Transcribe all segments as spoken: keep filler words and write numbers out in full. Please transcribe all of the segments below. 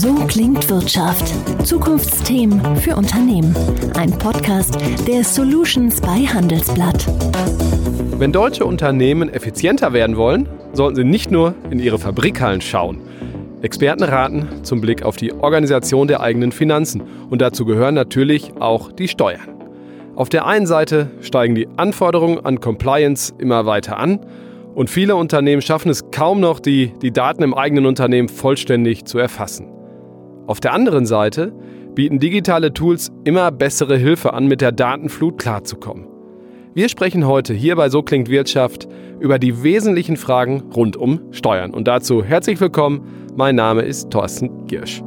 So klingt Wirtschaft. Zukunftsthemen für Unternehmen. Ein Podcast der Solutions bei Handelsblatt. Wenn deutsche Unternehmen effizienter werden wollen, sollten sie nicht nur in ihre Fabrikhallen schauen. Experten raten zum Blick auf die Organisation der eigenen Finanzen. Und dazu gehören natürlich auch die Steuern. Auf der einen Seite steigen die Anforderungen an Compliance immer weiter an. Und viele Unternehmen schaffen es kaum noch, die, die Daten im eigenen Unternehmen vollständig zu erfassen. Auf der anderen Seite bieten digitale Tools immer bessere Hilfe an, mit der Datenflut klarzukommen. Wir sprechen heute hier bei So klingt Wirtschaft über die wesentlichen Fragen rund um Steuern. Und dazu herzlich willkommen, mein Name ist Thorsten Giersch.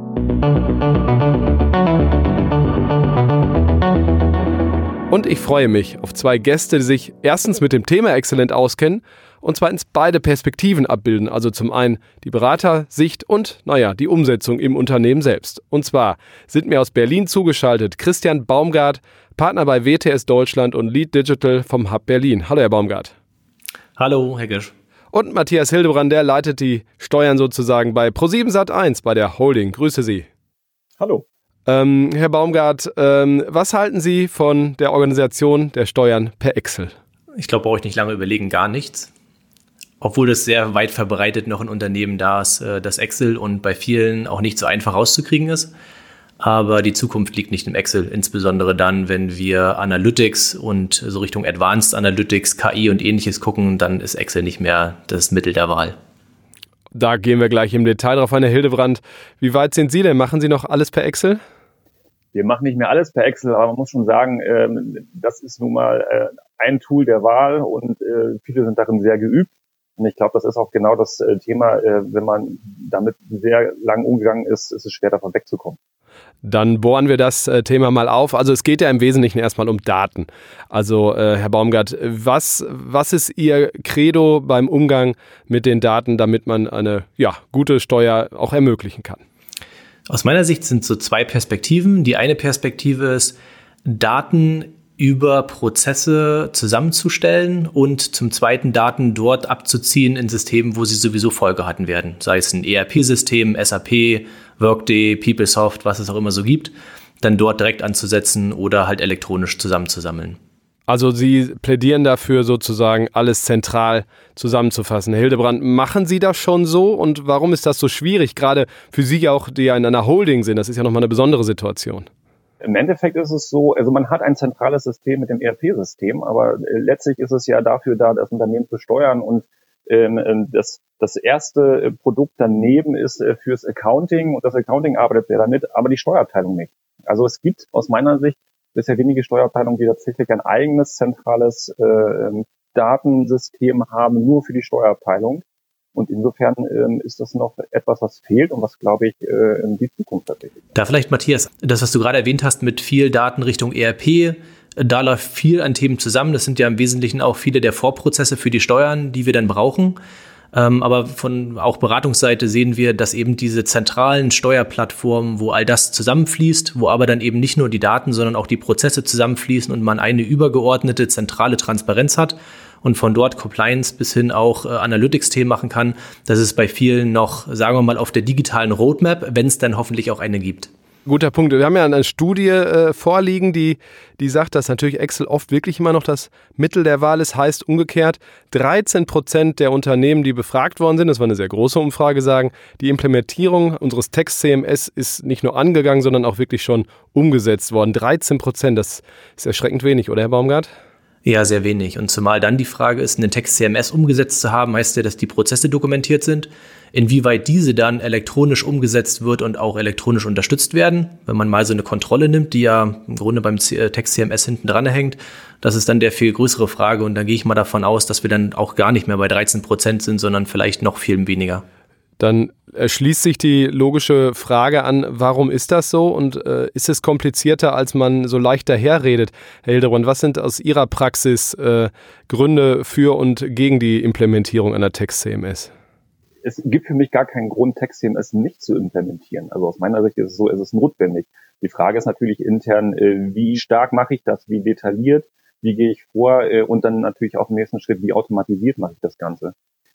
Und ich freue mich auf zwei Gäste, die sich erstens mit dem Thema exzellent auskennen und zweitens beide Perspektiven abbilden, also zum einen die Beratersicht und, naja, die Umsetzung im Unternehmen selbst. Und zwar sind mir aus Berlin zugeschaltet Christian Baumgart, Partner bei W T S Deutschland und Lead Digital vom Hub Berlin. Hallo, Herr Baumgart. Hallo, Herr Giersch. Und Matthias Hildebrand, der leitet die Steuern sozusagen bei ProSieben Sat eins bei der Holding. Grüße Sie. Hallo. Ähm, Herr Baumgart, ähm, was halten Sie von der Organisation der Steuern per Excel? Ich glaube, brauche ich nicht lange überlegen, gar nichts. Obwohl das sehr weit verbreitet noch in Unternehmen da ist, dass Excel und bei vielen auch nicht so einfach rauszukriegen ist. Aber die Zukunft liegt nicht im Excel, insbesondere dann, wenn wir Analytics und so Richtung Advanced Analytics, K I und ähnliches gucken, dann ist Excel nicht mehr das Mittel der Wahl. Da gehen wir gleich im Detail drauf ein, Herr Hildebrand. Wie weit sind Sie denn? Machen Sie noch alles per Excel? Wir machen nicht mehr alles per Excel, aber man muss schon sagen, das ist nun mal ein Tool der Wahl und viele sind darin sehr geübt. Und ich glaube, das ist auch genau das Thema, wenn man damit sehr lang umgegangen ist, ist es schwer davon wegzukommen. Dann bohren wir das äh, Thema mal auf. Also es geht ja im Wesentlichen erstmal um Daten. Also äh, Herr Baumgart, was, was ist Ihr Credo beim Umgang mit den Daten, damit man eine ja, gute Steuer auch ermöglichen kann? Aus meiner Sicht sind so zwei Perspektiven. Die eine Perspektive ist, Daten über Prozesse zusammenzustellen und zum zweiten Daten dort abzuziehen in Systemen, wo sie sowieso vorgehalten werden. Sei es ein E R P-System, S A P, Workday, PeopleSoft, was es auch immer so gibt, dann dort direkt anzusetzen oder halt elektronisch zusammenzusammeln. Also Sie plädieren dafür, sozusagen alles zentral zusammenzufassen. Herr Hildebrand, machen Sie das schon so und warum ist das so schwierig, gerade für Sie auch, die ja in einer Holding sind? Das ist ja nochmal eine besondere Situation. Im Endeffekt ist es so, also man hat ein zentrales System mit dem E R P-System, aber äh, letztlich ist es ja dafür da, das Unternehmen zu steuern und ähm, das, das erste Produkt daneben ist äh, fürs Accounting und das Accounting arbeitet ja damit, aber die Steuerabteilung nicht. Also es gibt aus meiner Sicht bisher wenige Steuerabteilungen, die tatsächlich ein eigenes zentrales äh, Datensystem haben, nur für die Steuerabteilung. Und insofern ähm, ist das noch etwas, was fehlt und was, glaube ich, äh, in die Zukunft tatsächlich. Da vielleicht, Matthias, das, was du gerade erwähnt hast mit viel Daten Richtung E R P, da läuft viel an Themen zusammen. Das sind ja im Wesentlichen auch viele der Vorprozesse für die Steuern, die wir dann brauchen. Ähm, aber von auch Beratungsseite sehen wir, dass eben diese zentralen Steuerplattformen, wo all das zusammenfließt, wo aber dann eben nicht nur die Daten, sondern auch die Prozesse zusammenfließen und man eine übergeordnete zentrale Transparenz hat und von dort Compliance bis hin auch äh, Analytics-Themen machen kann. Das ist bei vielen noch, sagen wir mal, auf der digitalen Roadmap, wenn es dann hoffentlich auch eine gibt. Guter Punkt. Wir haben ja eine Studie äh, vorliegen, die, die sagt, dass natürlich Excel oft wirklich immer noch das Mittel der Wahl ist. Heißt umgekehrt, dreizehn Prozent der Unternehmen, die befragt worden sind, das war eine sehr große Umfrage, sagen, die Implementierung unseres Text-C M S ist nicht nur angegangen, sondern auch wirklich schon umgesetzt worden. dreizehn Prozent, das ist erschreckend wenig, oder Herr Baumgart? Ja, sehr wenig. Und zumal dann die Frage ist, einen Text-C M S umgesetzt zu haben, heißt ja, dass die Prozesse dokumentiert sind. Inwieweit diese dann elektronisch umgesetzt wird und auch elektronisch unterstützt werden, wenn man mal so eine Kontrolle nimmt, die ja im Grunde beim Text-C M S hinten dran hängt, das ist dann der viel größere Frage. Und da gehe ich mal davon aus, dass wir dann auch gar nicht mehr bei dreizehn Prozent sind, sondern vielleicht noch viel weniger. Dann erschließt sich die logische Frage an, warum ist das so und äh, ist es komplizierter, als man so leicht daherredet? Herr Hildebrand, was sind aus Ihrer Praxis äh, Gründe für und gegen die Implementierung einer Text-C M S? Es gibt für mich gar keinen Grund, Text-C M S nicht zu implementieren. Also aus meiner Sicht ist es so, es ist notwendig. Die Frage ist natürlich intern, äh, wie stark mache ich das, wie detailliert, wie gehe ich vor äh, und dann natürlich auch im nächsten Schritt, wie automatisiert mache ich das Ganze.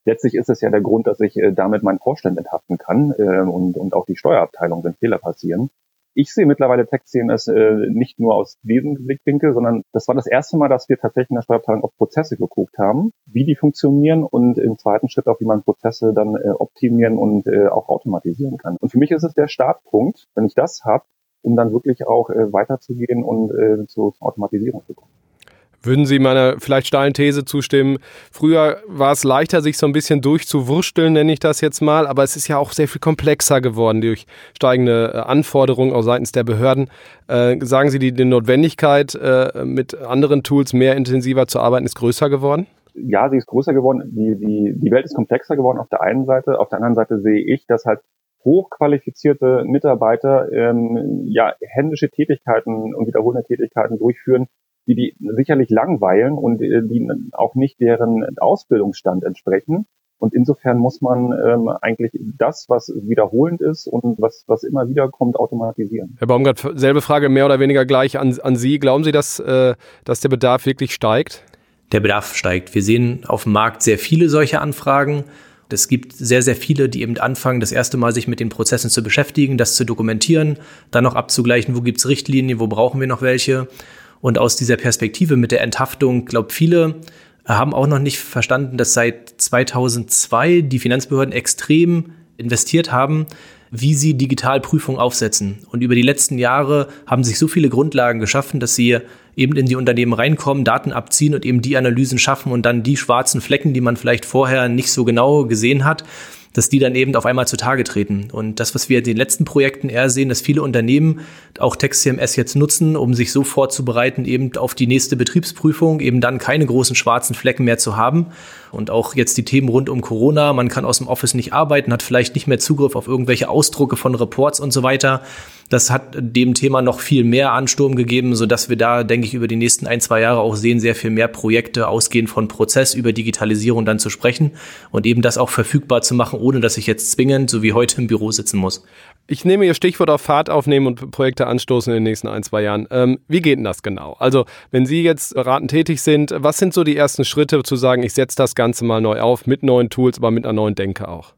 letztlich ist es ja der Grund, dass ich äh, damit meinen Vorstand enthaften kann äh, und, und auch die Steuerabteilung, wenn Fehler passieren. Ich sehe mittlerweile TaxCMS als äh, nicht nur aus diesem Blickwinkel, sondern das war das erste Mal, dass wir tatsächlich in der Steuerabteilung auf Prozesse geguckt haben, wie die funktionieren und im zweiten Schritt auch, wie man Prozesse dann äh, optimieren und äh, auch automatisieren kann. Und für mich ist es der Startpunkt, wenn ich das habe, um dann wirklich auch äh, weiterzugehen und äh, zur Automatisierung zu kommen. Würden Sie meiner vielleicht steilen These zustimmen? Früher war es leichter, sich so ein bisschen durchzuwursteln, nenne ich das jetzt mal, aber es ist ja auch sehr viel komplexer geworden durch steigende Anforderungen auch seitens der Behörden. Äh, sagen Sie, die, die Notwendigkeit, äh, mit anderen Tools mehr intensiver zu arbeiten, ist größer geworden? Ja, sie ist größer geworden. Die, die, die Welt ist komplexer geworden auf der einen Seite. Auf der anderen Seite sehe ich, dass halt hochqualifizierte Mitarbeiter ähm, ja händische Tätigkeiten und wiederholende Tätigkeiten durchführen, die die sicherlich langweilen und äh, die auch nicht deren Ausbildungsstand entsprechen. Und insofern muss man ähm, eigentlich das, was wiederholend ist und was was immer wieder kommt, automatisieren. Herr Baumgart, selbe Frage, mehr oder weniger gleich an, an Sie. Glauben Sie, dass, äh, dass der Bedarf wirklich steigt? Der Bedarf steigt. Wir sehen auf dem Markt sehr viele solche Anfragen. Es gibt sehr, sehr viele, die eben anfangen, das erste Mal sich mit den Prozessen zu beschäftigen, das zu dokumentieren, dann noch abzugleichen, wo gibt es Richtlinien, wo brauchen wir noch welche. Und aus dieser Perspektive mit der Enthaftung, glaube viele haben auch noch nicht verstanden, dass seit zweitausendzwei die Finanzbehörden extrem investiert haben, wie sie Digitalprüfung aufsetzen. Und über die letzten Jahre haben sich so viele Grundlagen geschaffen, dass sie eben in die Unternehmen reinkommen, Daten abziehen und eben die Analysen schaffen und dann die schwarzen Flecken, die man vielleicht vorher nicht so genau gesehen hat, dass die dann eben auf einmal zutage treten. Und das, was wir in den letzten Projekten eher sehen, dass viele Unternehmen auch TaxCMS jetzt nutzen, um sich so vorzubereiten, eben auf die nächste Betriebsprüfung, eben dann keine großen schwarzen Flecken mehr zu haben. Und auch jetzt die Themen rund um Corona, man kann aus dem Office nicht arbeiten, hat vielleicht nicht mehr Zugriff auf irgendwelche Ausdrucke von Reports und so weiter. Das hat dem Thema noch viel mehr Ansturm gegeben, sodass wir da, denke ich, über die nächsten ein, zwei Jahre auch sehen, sehr viel mehr Projekte ausgehend von Prozess über Digitalisierung dann zu sprechen und eben das auch verfügbar zu machen, ohne dass ich jetzt zwingend, so wie heute, im Büro sitzen muss. Ich nehme Ihr Stichwort auf Fahrt aufnehmen und Projekte anstoßen in den nächsten ein, zwei Jahren. Ähm, wie geht denn das genau? Also, wenn Sie jetzt beratend tätig sind, was sind so die ersten Schritte, zu sagen, ich setze das Ganze mal neu auf, mit neuen Tools, aber mit einer neuen Denke auch?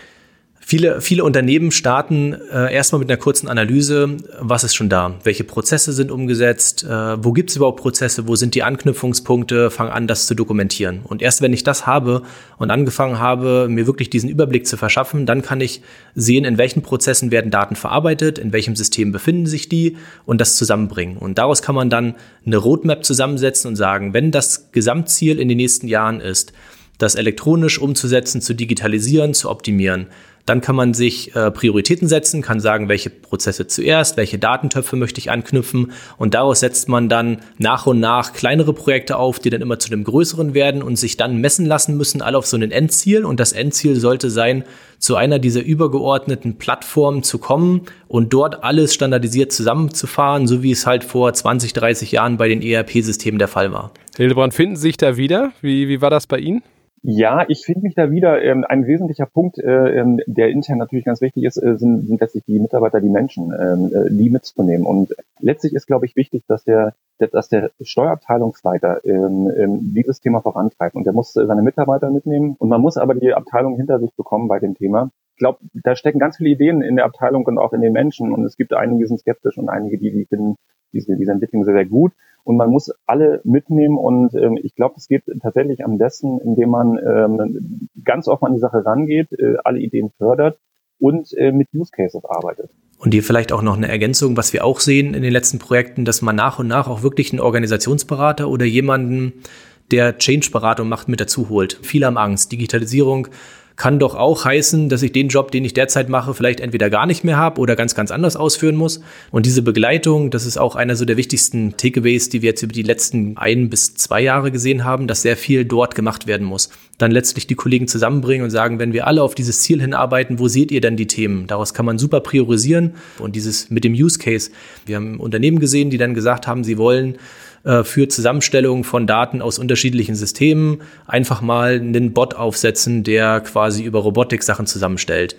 Viele, viele Unternehmen starten äh, erstmal mit einer kurzen Analyse, was ist schon da, welche Prozesse sind umgesetzt, äh, wo gibt es überhaupt Prozesse, wo sind die Anknüpfungspunkte, fangen an, das zu dokumentieren. Und erst wenn ich das habe und angefangen habe, mir wirklich diesen Überblick zu verschaffen, dann kann ich sehen, in welchen Prozessen werden Daten verarbeitet, in welchem System befinden sich die und das zusammenbringen. Und daraus kann man dann eine Roadmap zusammensetzen und sagen, wenn das Gesamtziel in den nächsten Jahren ist, das elektronisch umzusetzen, zu digitalisieren, zu optimieren, dann kann man sich äh, Prioritäten setzen, kann sagen, welche Prozesse zuerst, welche Datentöpfe möchte ich anknüpfen und daraus setzt man dann nach und nach kleinere Projekte auf, die dann immer zu einem größeren werden und sich dann messen lassen müssen, alle auf so ein Endziel und das Endziel sollte sein, zu einer dieser übergeordneten Plattformen zu kommen und dort alles standardisiert zusammenzufahren, so wie es halt vor zwanzig, dreißig Jahren bei den E R P-Systemen der Fall war. Hildebrand, finden Sie sich da wieder? Wie, wie war das bei Ihnen? Ja, ich finde mich da wieder. Ähm, ein wesentlicher Punkt, äh, der intern natürlich ganz wichtig ist, äh, sind, sind letztlich die Mitarbeiter, die Menschen, äh, die mitzunehmen. Und letztlich ist, glaube ich, wichtig, dass der, dass der Steuerabteilungsleiter äh, äh, dieses Thema vorantreibt. Und der muss äh, seine Mitarbeiter mitnehmen. Und man muss aber die Abteilung hinter sich bekommen bei dem Thema. Ich glaube, da stecken ganz viele Ideen in der Abteilung und auch in den Menschen. Und es gibt einige, die sind skeptisch und einige, die, die finden diese, diese Entwicklung sehr, sehr gut. Und man muss alle mitnehmen und ähm, ich glaube, es geht tatsächlich am besten, indem man ähm, ganz offen an die Sache rangeht, äh, alle Ideen fördert und äh, mit Use Cases arbeitet. Und hier vielleicht auch noch eine Ergänzung, was wir auch sehen in den letzten Projekten, dass man nach und nach auch wirklich einen Organisationsberater oder jemanden, der Change-Beratung macht, mit dazu holt. Viele haben Angst. Digitalisierung kann doch auch heißen, dass ich den Job, den ich derzeit mache, vielleicht entweder gar nicht mehr habe oder ganz, ganz anders ausführen muss. Und diese Begleitung, das ist auch einer so der wichtigsten Takeaways, die wir jetzt über die letzten ein bis zwei Jahre gesehen haben, dass sehr viel dort gemacht werden muss. Dann letztlich die Kollegen zusammenbringen und sagen, wenn wir alle auf dieses Ziel hinarbeiten, wo seht ihr denn die Themen? Daraus kann man super priorisieren. Und dieses mit dem Use Case, wir haben Unternehmen gesehen, die dann gesagt haben, sie wollen für Zusammenstellung von Daten aus unterschiedlichen Systemen einfach mal einen Bot aufsetzen, der quasi über Robotik Sachen zusammenstellt.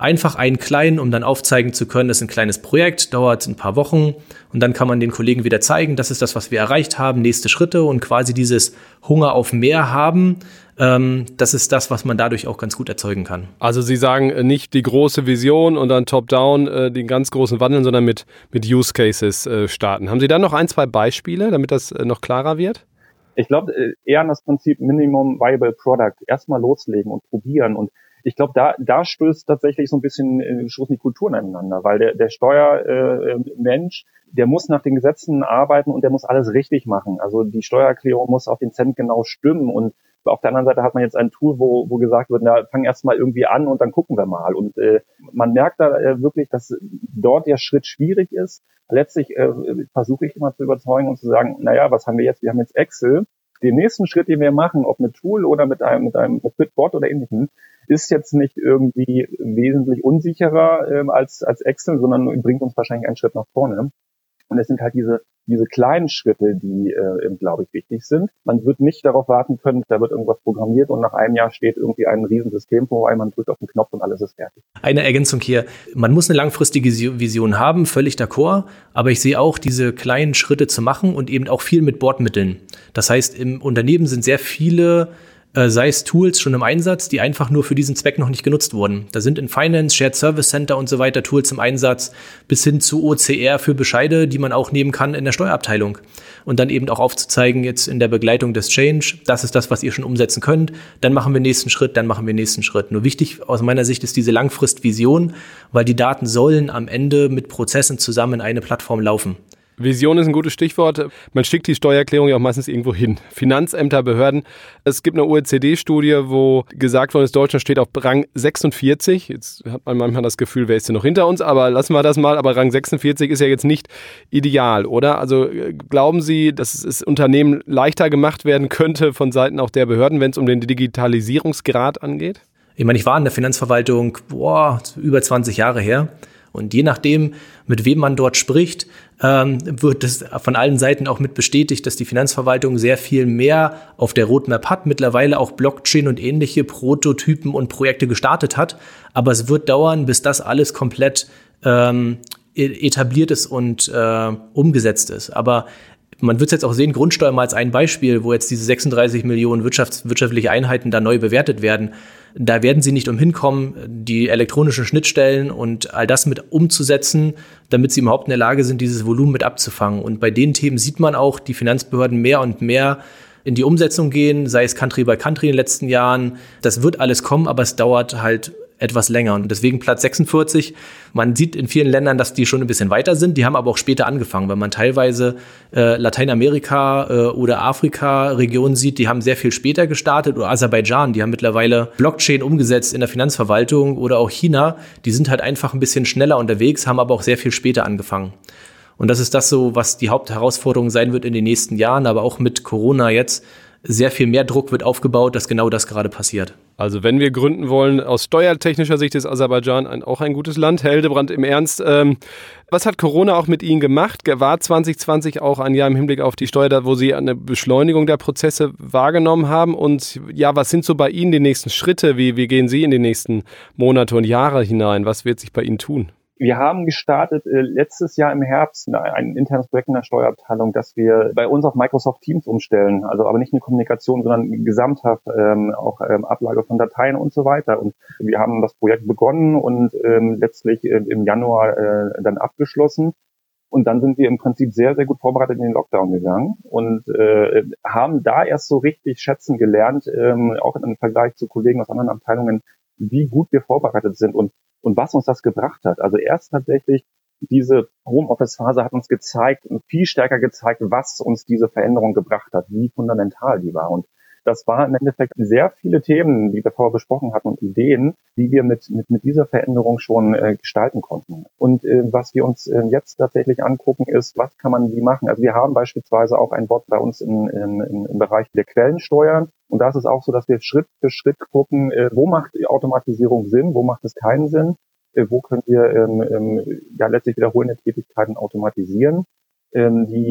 Einfach einen kleinen, um dann aufzeigen zu können, das ist ein kleines Projekt, dauert ein paar Wochen und dann kann man den Kollegen wieder zeigen, das ist das, was wir erreicht haben, nächste Schritte und quasi dieses Hunger auf mehr haben, ähm, das ist das, was man dadurch auch ganz gut erzeugen kann. Also Sie sagen nicht die große Vision und dann top-down äh, den ganz großen Wandel, sondern mit, mit Use Cases äh, starten. Haben Sie dann noch ein, zwei Beispiele, damit das äh, noch klarer wird? Ich glaube, eher an das Prinzip Minimum Viable Product. Erstmal loslegen und probieren. Und ich glaube, da da stößt tatsächlich so ein bisschen äh, stoßen die Kulturen aneinander, weil der der Steuermensch, äh, der muss nach den Gesetzen arbeiten und der muss alles richtig machen. Also die Steuererklärung muss auf den Cent genau stimmen. Und auf der anderen Seite hat man jetzt ein Tool, wo wo gesagt wird, na, fang erst mal irgendwie an und dann gucken wir mal. Und äh, man merkt da äh, wirklich, dass dort der Schritt schwierig ist. Letztlich äh, versuche ich immer zu überzeugen und zu sagen, naja, was haben wir jetzt? Wir haben jetzt Excel. Den nächsten Schritt, den wir machen, ob mit Tool oder mit einem mit einem mit Bitbot oder ähnlichem, ist jetzt nicht irgendwie wesentlich unsicherer ähm, als als Excel, sondern bringt uns wahrscheinlich einen Schritt nach vorne. Und es sind halt diese diese kleinen Schritte, die, äh, glaube ich, wichtig sind. Man wird nicht darauf warten können, da wird irgendwas programmiert und nach einem Jahr steht irgendwie ein Riesensystem vor einem, man drückt auf den Knopf und alles ist fertig. Eine Ergänzung hier. Man muss eine langfristige Vision haben, völlig d'accord, aber ich sehe auch, diese kleinen Schritte zu machen und eben auch viel mit Bordmitteln. Das heißt, im Unternehmen sind sehr viele sei es Tools schon im Einsatz, die einfach nur für diesen Zweck noch nicht genutzt wurden. Da sind in Finance, Shared Service Center und so weiter Tools im Einsatz, bis hin zu O C R für Bescheide, die man auch nehmen kann in der Steuerabteilung. Und dann eben auch aufzuzeigen, jetzt in der Begleitung des Change, das ist das, was ihr schon umsetzen könnt, dann machen wir nächsten Schritt, dann machen wir nächsten Schritt. Nur wichtig aus meiner Sicht ist diese Langfristvision, weil die Daten sollen am Ende mit Prozessen zusammen in eine Plattform laufen. Vision ist ein gutes Stichwort. Man schickt die Steuererklärung ja auch meistens irgendwo hin. Finanzämter, Behörden. Es gibt eine O E C D-Studie, wo gesagt worden ist, Deutschland steht auf Rang sechsundvierzig. Jetzt hat man manchmal das Gefühl, wer ist denn noch hinter uns? Aber lassen wir das mal. Aber Rang sechsundvierzig ist ja jetzt nicht ideal, oder? Also glauben Sie, dass es Unternehmen leichter gemacht werden könnte von Seiten auch der Behörden, wenn es um den Digitalisierungsgrad angeht? Ich meine, ich war in der Finanzverwaltung boah, über zwanzig Jahre her. Und je nachdem, mit wem man dort spricht, ähm, wird es von allen Seiten auch mit bestätigt, dass die Finanzverwaltung sehr viel mehr auf der Roadmap hat, mittlerweile auch Blockchain und ähnliche Prototypen und Projekte gestartet hat. Aber es wird dauern, bis das alles komplett ähm, etabliert ist und äh, umgesetzt ist. Aber man wird es jetzt auch sehen, Grundsteuer mal als ein Beispiel, wo jetzt diese sechsunddreißig Millionen Wirtschafts- wirtschaftliche Einheiten da neu bewertet werden. Da werden sie nicht umhin kommen, die elektronischen Schnittstellen und all das mit umzusetzen, damit sie überhaupt in der Lage sind, dieses Volumen mit abzufangen. Und bei den Themen sieht man auch, die Finanzbehörden mehr und mehr in die Umsetzung gehen, sei es Country by Country in den letzten Jahren. Das wird alles kommen, aber es dauert halt etwas länger. Und deswegen Platz sechsundvierzig. Man sieht in vielen Ländern, dass die schon ein bisschen weiter sind. Die haben aber auch später angefangen, weil man teilweise äh, Lateinamerika äh, oder Afrika-Regionen sieht, die haben sehr viel später gestartet. Oder Aserbaidschan, die haben mittlerweile Blockchain umgesetzt in der Finanzverwaltung. Oder auch China, die sind halt einfach ein bisschen schneller unterwegs, haben aber auch sehr viel später angefangen. Und das ist das so, was die Hauptherausforderung sein wird in den nächsten Jahren. Aber auch mit Corona jetzt sehr viel mehr Druck wird aufgebaut, dass genau das gerade passiert. Also wenn wir gründen wollen, aus steuertechnischer Sicht ist Aserbaidschan ein, auch ein gutes Land. Herr Hildebrand, im Ernst, ähm, was hat Corona auch mit Ihnen gemacht? War zwanzig zwanzig auch ein Jahr im Hinblick auf die Steuer, wo Sie eine Beschleunigung der Prozesse wahrgenommen haben? Und ja, was sind so bei Ihnen die nächsten Schritte? Wie, wie gehen Sie in die nächsten Monate und Jahre hinein? Was wird sich bei Ihnen tun? Wir haben gestartet äh, letztes Jahr im Herbst ein internes Projekt in der Steuerabteilung, dass wir bei uns auf Microsoft Teams umstellen. Also aber nicht nur Kommunikation, sondern gesamthaft ähm, auch ähm, Ablage von Dateien und so weiter. Und wir haben das Projekt begonnen und ähm, letztlich äh, im Januar äh, dann abgeschlossen. Und dann sind wir im Prinzip sehr, sehr gut vorbereitet in den Lockdown gegangen und äh, haben da erst so richtig schätzen gelernt, ähm, auch im Vergleich zu Kollegen aus anderen Abteilungen, wie gut wir vorbereitet sind und und was uns das gebracht hat. Also erst tatsächlich diese Homeoffice-Phase hat uns gezeigt, viel stärker gezeigt, was uns diese Veränderung gebracht hat, wie fundamental die war. Und das waren im Endeffekt sehr viele Themen, die wir vorher besprochen hatten und Ideen, die wir mit mit, mit dieser Veränderung schon äh, gestalten konnten. Und äh, was wir uns äh, jetzt tatsächlich angucken, ist, was kann man wie machen? Also wir haben beispielsweise auch ein Bot bei uns in, in, im Bereich der Quellensteuer. Und da ist es auch so, dass wir Schritt für Schritt gucken, äh, wo macht die Automatisierung Sinn, wo macht es keinen Sinn, äh, wo können wir ähm, ähm, ja letztlich wiederholende Tätigkeiten automatisieren, ähm, die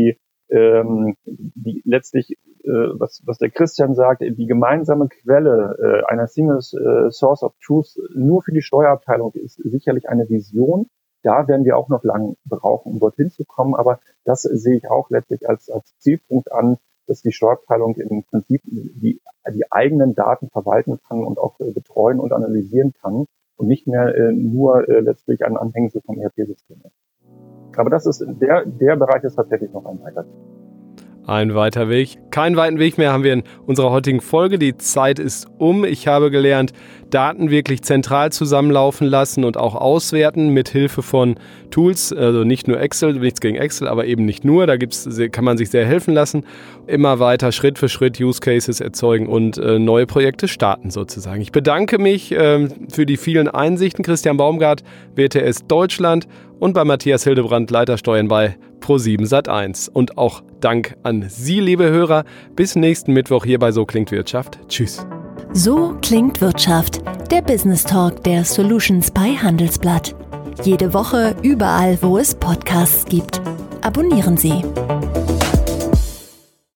ähm, die letztlich, äh, was, was der Christian sagt, die gemeinsame Quelle äh, einer Single äh, Source of Truth nur für die Steuerabteilung ist sicherlich eine Vision. Da werden wir auch noch lange brauchen, um dorthin zu kommen. Aber das sehe ich auch letztlich als, als Zielpunkt an, dass die Steuerabteilung im Prinzip die, die eigenen Daten verwalten kann und auch äh, betreuen und analysieren kann und nicht mehr äh, nur äh, letztlich ein Anhängsel vom E R P-System ist. Aber das ist, der, der Bereich ist tatsächlich noch ein weiter. Ein weiter Weg. Keinen weiten Weg mehr haben wir in unserer heutigen Folge. Die Zeit ist um. Ich habe gelernt, Daten wirklich zentral zusammenlaufen lassen und auch auswerten mit Hilfe von Tools. Also nicht nur Excel, nichts gegen Excel, aber eben nicht nur. Da gibt's, kann man sich sehr helfen lassen. Immer weiter Schritt für Schritt Use Cases erzeugen und äh, neue Projekte starten sozusagen. Ich bedanke mich ähm, für die vielen Einsichten. Christian Baumgart, W T S Deutschland, und bei Matthias Hildebrand, Leiter Steuern bei ProSieben Sat eins. Und auch Dank an Sie, liebe Hörer. Bis nächsten Mittwoch hier bei So klingt Wirtschaft. Tschüss. So klingt Wirtschaft, der Business Talk der Solutions bei Handelsblatt. Jede Woche überall, wo es Podcasts gibt. Abonnieren Sie.